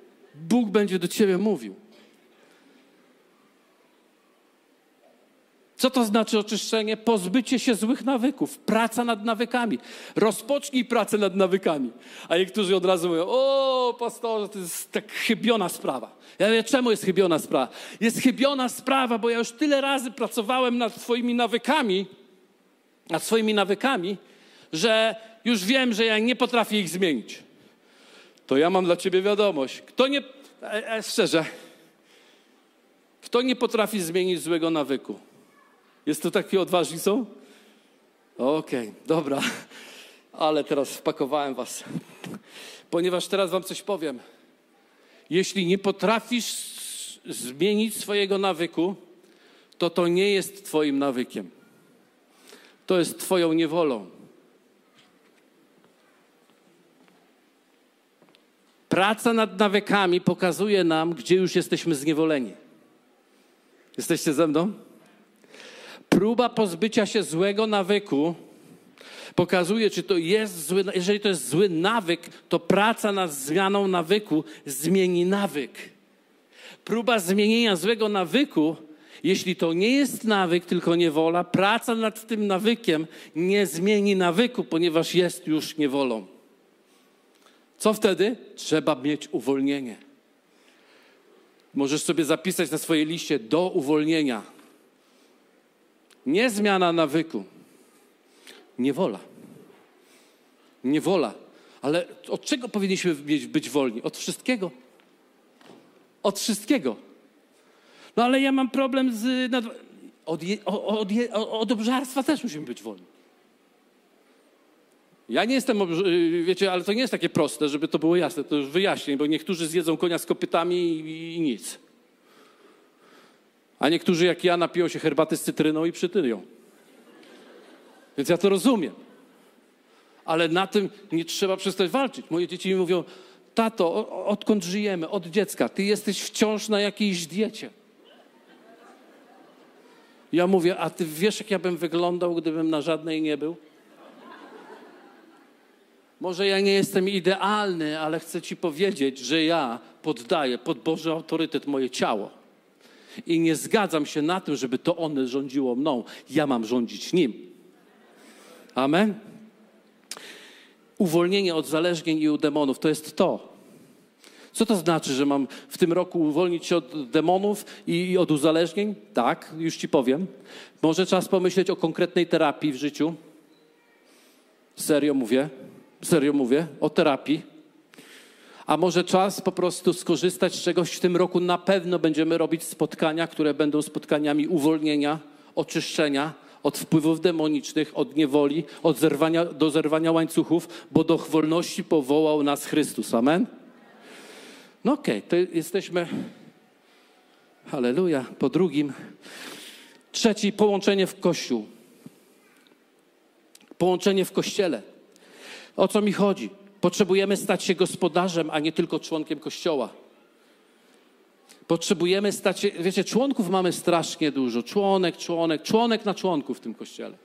Bóg będzie do ciebie mówił. Co to znaczy oczyszczenie? Pozbycie się złych nawyków, praca nad nawykami. Rozpocznij pracę nad nawykami. A niektórzy od razu mówią, o pastorze, to jest tak chybiona sprawa. Ja wiem, czemu jest chybiona sprawa? Jest chybiona sprawa, bo ja już tyle razy pracowałem nad swoimi nawykami, że już wiem, że ja nie potrafię ich zmienić. To ja mam dla ciebie wiadomość. Szczerze, kto nie potrafi zmienić złego nawyku? Jest to taki odważni są? Okej, dobra. Ale teraz wpakowałem was. Ponieważ teraz wam coś powiem. Jeśli nie potrafisz zmienić swojego nawyku, to nie jest twoim nawykiem. To jest twoją niewolą. Praca nad nawykami pokazuje nam, gdzie już jesteśmy zniewoleni. Jesteście ze mną? Próba pozbycia się złego nawyku pokazuje, czy to jest zły. Jeżeli to jest zły nawyk, to praca nad zmianą nawyku zmieni nawyk. Próba zmienienia złego nawyku, jeśli to nie jest nawyk, tylko niewola, praca nad tym nawykiem nie zmieni nawyku, ponieważ jest już niewolą. Co wtedy? Trzeba mieć uwolnienie. Możesz sobie zapisać na swojej liście do uwolnienia. Nie zmiana nawyku. Niewola. Niewola. Ale od czego powinniśmy być wolni? Od wszystkiego. Od wszystkiego. No ale ja mam problem z... Od obżarstwa też musimy być wolni. Ja nie jestem, wiecie, ale to nie jest takie proste, żeby to było jasne, to już wyjaśnię, bo niektórzy zjedzą konia z kopytami i nic. A niektórzy jak ja napiją się herbaty z cytryną i przytyją. Więc ja to rozumiem. Ale na tym nie trzeba przestać walczyć. Moje dzieci mi mówią, tato, odkąd żyjemy, od dziecka, ty jesteś wciąż na jakiejś diecie. Ja mówię, a ty wiesz, jak ja bym wyglądał, gdybym na żadnej nie był? Może ja nie jestem idealny, ale chcę ci powiedzieć, że ja poddaję pod Boży autorytet moje ciało. I nie zgadzam się na tym, żeby to ono rządziło mną. Ja mam rządzić nim. Amen? Uwolnienie od uzależnień i od demonów, to jest to. Co to znaczy, że mam w tym roku uwolnić się od demonów i od uzależnień? Tak, już ci powiem. Może czas pomyśleć o konkretnej terapii w życiu. Serio mówię, o terapii. A może czas po prostu skorzystać z czegoś w tym roku. Na pewno będziemy robić spotkania, które będą spotkaniami uwolnienia, oczyszczenia od wpływów demonicznych, od niewoli, do zerwania łańcuchów, bo do wolności powołał nas Chrystus. Amen? No okej, to jesteśmy, halleluja, po drugim. Trzeci, połączenie w Kościół. Połączenie w Kościele. O co mi chodzi? Potrzebujemy stać się gospodarzem, a nie tylko członkiem Kościoła. Potrzebujemy stać się, wiecie, członków mamy strasznie dużo. Członek na członku w tym Kościele.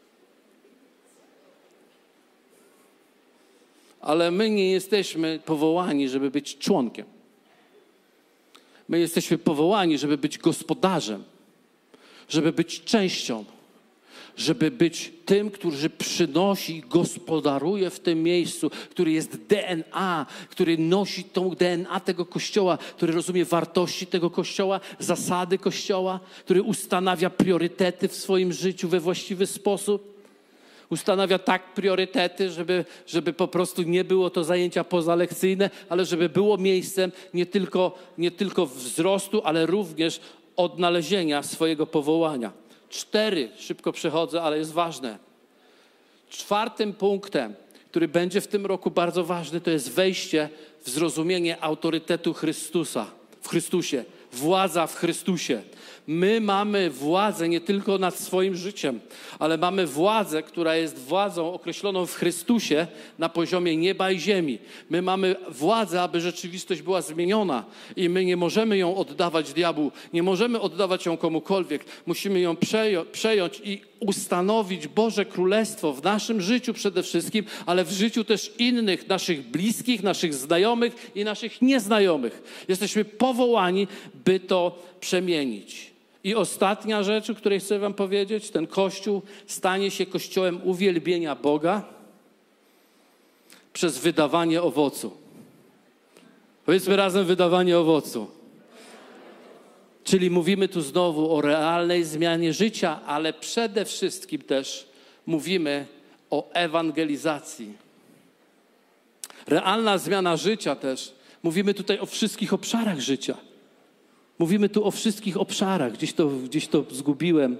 Ale my nie jesteśmy powołani, żeby być członkiem. My jesteśmy powołani, żeby być gospodarzem, żeby być częścią, żeby być tym, który przynosi i gospodaruje w tym miejscu, który jest DNA, który nosi tą DNA tego Kościoła, który rozumie wartości tego Kościoła, zasady Kościoła, który ustanawia priorytety w swoim życiu we właściwy sposób. Ustanawia tak priorytety, żeby po prostu nie było to zajęcia pozalekcyjne, ale żeby było miejscem nie tylko wzrostu, ale również odnalezienia swojego powołania. 4, szybko przechodzę, ale jest ważne. 4. punktem, który będzie w tym roku bardzo ważny, to jest wejście w zrozumienie autorytetu Chrystusa, w Chrystusie, władza w Chrystusie. My mamy władzę nie tylko nad swoim życiem, ale mamy władzę, która jest władzą określoną w Chrystusie na poziomie nieba i ziemi. My mamy władzę, aby rzeczywistość była zmieniona i my nie możemy ją oddawać diabłu, nie możemy oddawać ją komukolwiek. Musimy ją przejąć i ustanowić Boże Królestwo w naszym życiu przede wszystkim, ale w życiu też innych, naszych bliskich, naszych znajomych i naszych nieznajomych. Jesteśmy powołani, by to przemienić. I ostatnia rzecz, o której chcę wam powiedzieć, ten Kościół stanie się kościołem uwielbienia Boga przez wydawanie owocu. Powiedzmy razem wydawanie owocu. Czyli mówimy tu znowu o realnej zmianie życia, ale przede wszystkim też mówimy o ewangelizacji. Realna zmiana życia też. Mówimy tutaj o wszystkich obszarach życia. Mówimy tu o wszystkich obszarach. Gdzieś to zgubiłem.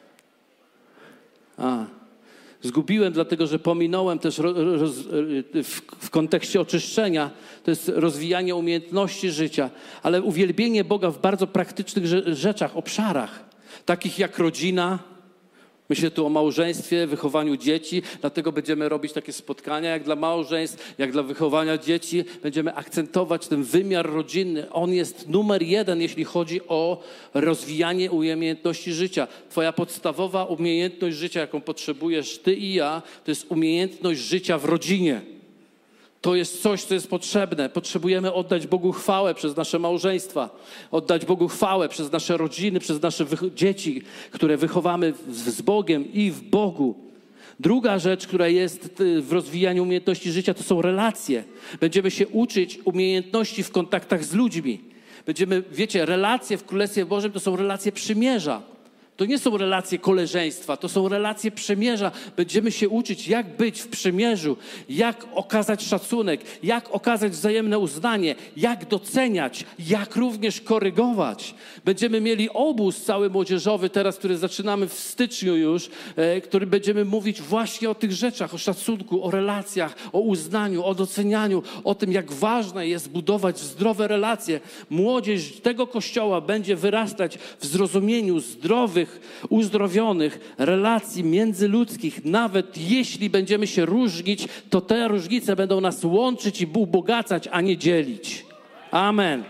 Zgubiłem, dlatego że pominąłem też w kontekście oczyszczenia, to jest rozwijanie umiejętności życia, ale uwielbienie Boga w bardzo praktycznych rzeczach, obszarach, takich jak rodzina. Myślę tu o małżeństwie, wychowaniu dzieci, dlatego będziemy robić takie spotkania jak dla małżeństw, jak dla wychowania dzieci. Będziemy akcentować ten wymiar rodzinny. On jest numer 1, jeśli chodzi o rozwijanie umiejętności życia. Twoja podstawowa umiejętność życia, jaką potrzebujesz ty i ja, to jest umiejętność życia w rodzinie. To jest coś, co jest potrzebne. Potrzebujemy oddać Bogu chwałę przez nasze małżeństwa, oddać Bogu chwałę przez nasze rodziny, przez nasze dzieci, które wychowamy z Bogiem i w Bogu. Druga rzecz, która jest w rozwijaniu umiejętności życia, to są relacje. Będziemy się uczyć umiejętności w kontaktach z ludźmi. Wiecie, relacje w Królestwie Bożym to są relacje przymierza. To nie są relacje koleżeństwa, to są relacje przymierza. Będziemy się uczyć, jak być w przymierzu, jak okazać szacunek, jak okazać wzajemne uznanie, jak doceniać, jak również korygować. Będziemy mieli obóz cały młodzieżowy teraz, który zaczynamy w styczniu już, który będziemy mówić właśnie o tych rzeczach, o szacunku, o relacjach, o uznaniu, o docenianiu, o tym, jak ważne jest budować zdrowe relacje. Młodzież tego Kościoła będzie wyrastać w zrozumieniu zdrowych, uzdrowionych relacji międzyludzkich. Nawet jeśli będziemy się różnić, to te różnice będą nas łączyć i ubogacać, a nie dzielić. Amen.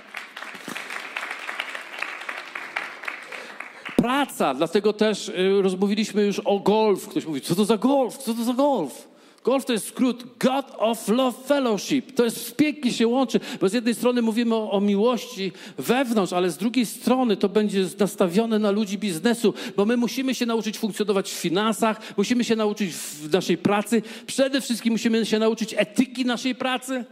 Praca, dlatego też rozmówiliśmy już o golf. Ktoś mówi, co to za golf? Co to za golf? Golf to jest skrót God of Love Fellowship. To jest pięknie się łączy, bo z jednej strony mówimy o miłości wewnątrz, ale z drugiej strony to będzie nastawione na ludzi biznesu, bo my musimy się nauczyć funkcjonować w finansach, musimy się nauczyć w naszej pracy. Przede wszystkim musimy się nauczyć etyki naszej pracy,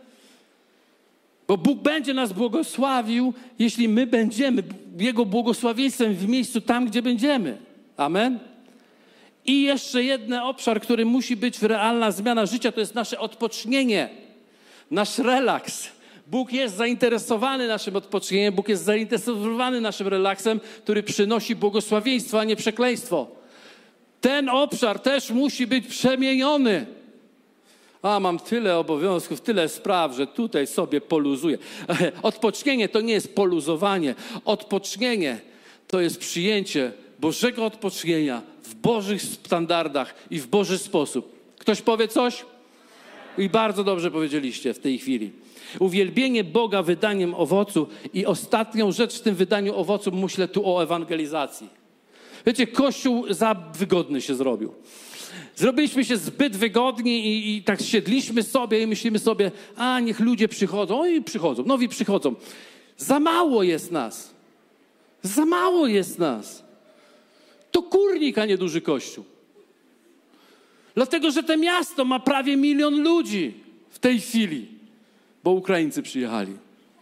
bo Bóg będzie nas błogosławił, jeśli my będziemy Jego błogosławieństwem w miejscu tam, gdzie będziemy. Amen. I jeszcze jeden obszar, który musi być realna zmiana życia, to jest nasze odpocznienie, nasz relaks. Bóg jest zainteresowany naszym odpocznieniem, Bóg jest zainteresowany naszym relaksem, który przynosi błogosławieństwo, a nie przekleństwo. Ten obszar też musi być przemieniony. Mam tyle obowiązków, tyle spraw, że tutaj sobie poluzuję. Odpocznienie to nie jest poluzowanie. Odpocznienie to jest przyjęcie Bożego odpocznienia w Bożych standardach i w Boży sposób. Ktoś powie coś? I bardzo dobrze powiedzieliście w tej chwili. Uwielbienie Boga wydaniem owocu i ostatnią rzecz w tym wydaniu owocu, myślę tu o ewangelizacji. Wiecie, Kościół za wygodny się zrobił. Zrobiliśmy się zbyt wygodni i tak siedliśmy sobie i myślimy sobie, niech ludzie przychodzą. I przychodzą, nowi przychodzą. Za mało jest nas. Za mało jest nas. To kurnik, a nie duży Kościół. Dlatego, że to miasto ma prawie 1 000 000 ludzi w tej chwili, bo Ukraińcy przyjechali.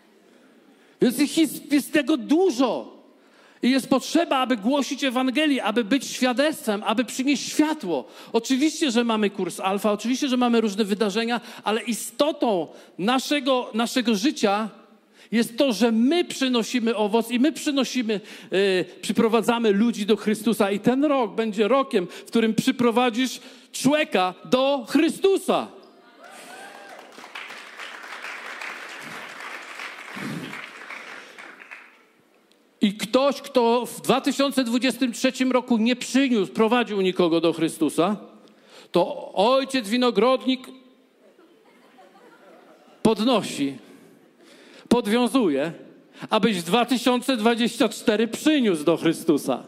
Więc jest tego dużo. I jest potrzeba, aby głosić Ewangelię, aby być świadectwem, aby przynieść światło. Oczywiście, że mamy kurs Alfa, oczywiście, że mamy różne wydarzenia, ale istotą naszego życia jest to, że my przynosimy owoc i my przyprowadzamy ludzi do Chrystusa. I ten rok będzie rokiem, w którym przyprowadzisz człowieka do Chrystusa. I ktoś, kto w 2023 roku nie prowadził nikogo do Chrystusa, to ojciec winogrodnik podwiązuje, abyś w 2024 przyniósł do Chrystusa.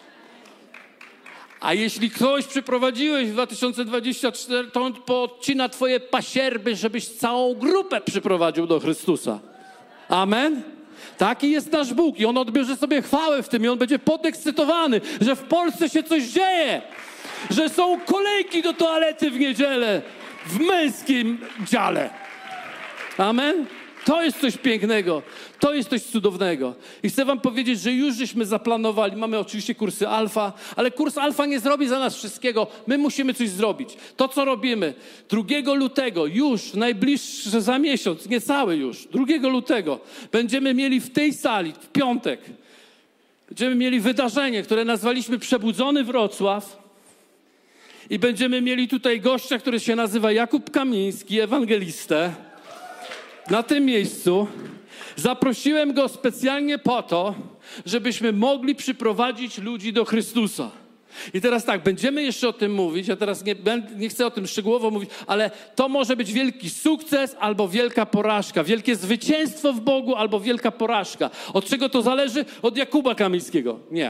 A jeśli ktoś przyprowadziłeś w 2024, to on podcina twoje pasierby, żebyś całą grupę przyprowadził do Chrystusa. Amen? Taki jest nasz Bóg i On odbierze sobie chwałę w tym i On będzie podekscytowany, że w Polsce się coś dzieje, że są kolejki do toalety w niedzielę w męskim dziale. Amen? To jest coś pięknego, to jest coś cudownego. I chcę wam powiedzieć, że już żeśmy zaplanowali, mamy oczywiście kursy alfa, ale kurs alfa nie zrobi za nas wszystkiego. My musimy coś zrobić. To, co robimy 2 lutego, już najbliższy za miesiąc, niecały już, 2 lutego, będziemy mieli w tej sali, w piątek, będziemy mieli wydarzenie, które nazwaliśmy Przebudzony Wrocław. I będziemy mieli tutaj gościa, który się nazywa Jakub Kamiński, ewangelistę. Na tym miejscu zaprosiłem go specjalnie po to, żebyśmy mogli przyprowadzić ludzi do Chrystusa. I teraz tak, będziemy jeszcze o tym mówić, ja teraz nie chcę o tym szczegółowo mówić, ale to może być wielki sukces albo wielka porażka, wielkie zwycięstwo w Bogu albo wielka porażka. Od czego to zależy? Od Jakuba Kamińskiego. Nie.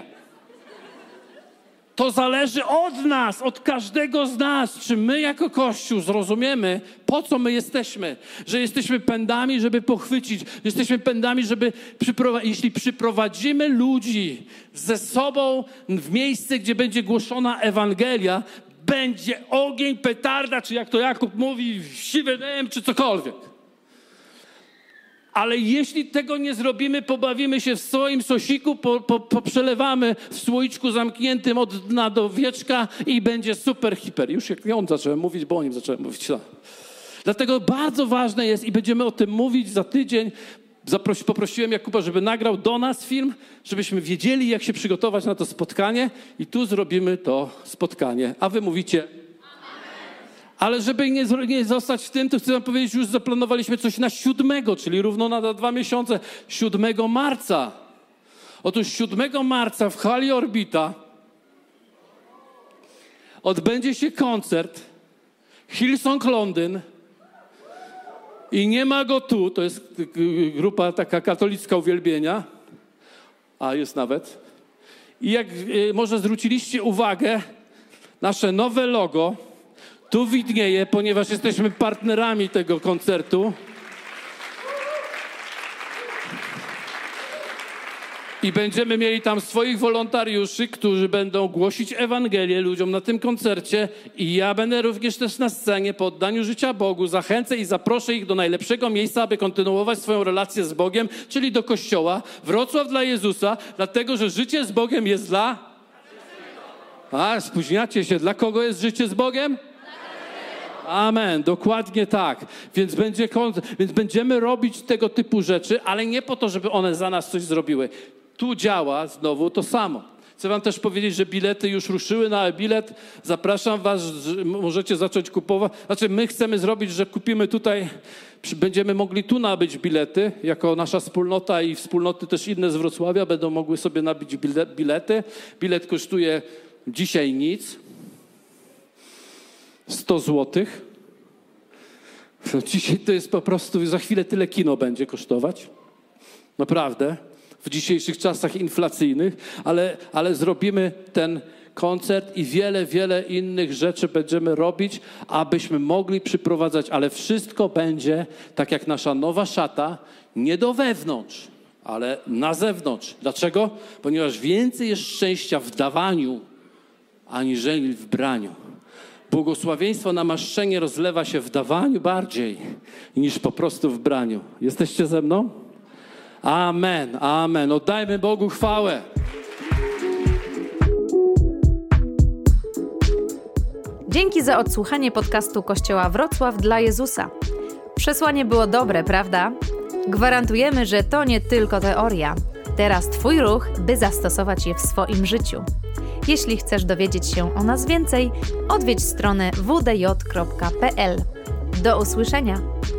To zależy od nas, od każdego z nas, czy my jako Kościół zrozumiemy, po co my jesteśmy. Że jesteśmy pędami, żeby pochwycić. Jesteśmy pędami, żeby jeśli przyprowadzimy ludzi ze sobą w miejsce, gdzie będzie głoszona Ewangelia, będzie ogień, petarda, czy jak to Jakub mówi, siwy dym, czy cokolwiek. Ale jeśli tego nie zrobimy, pobawimy się w swoim sosiku, poprzelewamy w słoiczku zamkniętym od dna do wieczka i będzie super, hiper. Już jak on zacząłem mówić, bo o nim zacząłem mówić. No. Dlatego bardzo ważne jest i będziemy o tym mówić za tydzień. Poprosiłem Jakuba, żeby nagrał do nas film, żebyśmy wiedzieli, jak się przygotować na to spotkanie i tu zrobimy to spotkanie. A wy mówicie... Ale żeby nie zostać w tym, to chcę wam powiedzieć, już zaplanowaliśmy coś na 7, czyli równo na 2 miesiące, 7 marca. Otóż 7 marca w hali Orbita odbędzie się koncert Hillsong Londyn i nie ma go tu, to jest grupa taka katolicka uwielbienia, a jest nawet. I jak może zwróciliście uwagę, nasze nowe logo tu widnieje, ponieważ jesteśmy partnerami tego koncertu. I będziemy mieli tam swoich wolontariuszy, którzy będą głosić Ewangelię ludziom na tym koncercie. I ja będę również też na scenie po oddaniu życia Bogu. Zachęcę i zaproszę ich do najlepszego miejsca, aby kontynuować swoją relację z Bogiem, czyli do Kościoła. Wrocław dla Jezusa, dlatego że życie z Bogiem jest dla... Spóźniacie się. Dla kogo jest życie z Bogiem? Amen, dokładnie tak. Więc będziemy robić tego typu rzeczy, ale nie po to, żeby one za nas coś zrobiły. Tu działa znowu to samo. Chcę wam też powiedzieć, że bilety już ruszyły na e-bilet. Zapraszam was, możecie zacząć kupować. Znaczy my chcemy zrobić, że kupimy tutaj, będziemy mogli tu nabyć bilety, jako nasza wspólnota i wspólnoty też inne z Wrocławia będą mogły sobie nabyć bilety. Bilet kosztuje dzisiaj nic. 100 złotych. Dzisiaj to jest po prostu, za chwilę tyle kino będzie kosztować. Naprawdę. W dzisiejszych czasach inflacyjnych. Ale zrobimy ten koncert i wiele innych rzeczy będziemy robić, abyśmy mogli przyprowadzać. Ale wszystko będzie tak jak nasza nowa szata, nie do wewnątrz, ale na zewnątrz. Dlaczego? Ponieważ więcej jest szczęścia w dawaniu, aniżeli w braniu. Błogosławieństwo, namaszczenie rozlewa się w dawaniu bardziej niż po prostu w braniu. Jesteście ze mną? Amen, amen. Oddajmy Bogu chwałę. Dzięki za odsłuchanie podcastu Kościoła Wrocław dla Jezusa. Przesłanie było dobre, prawda? Gwarantujemy, że to nie tylko teoria. Teraz Twój ruch, by zastosować je w swoim życiu. Jeśli chcesz dowiedzieć się o nas więcej, odwiedź stronę wdj.pl. Do usłyszenia!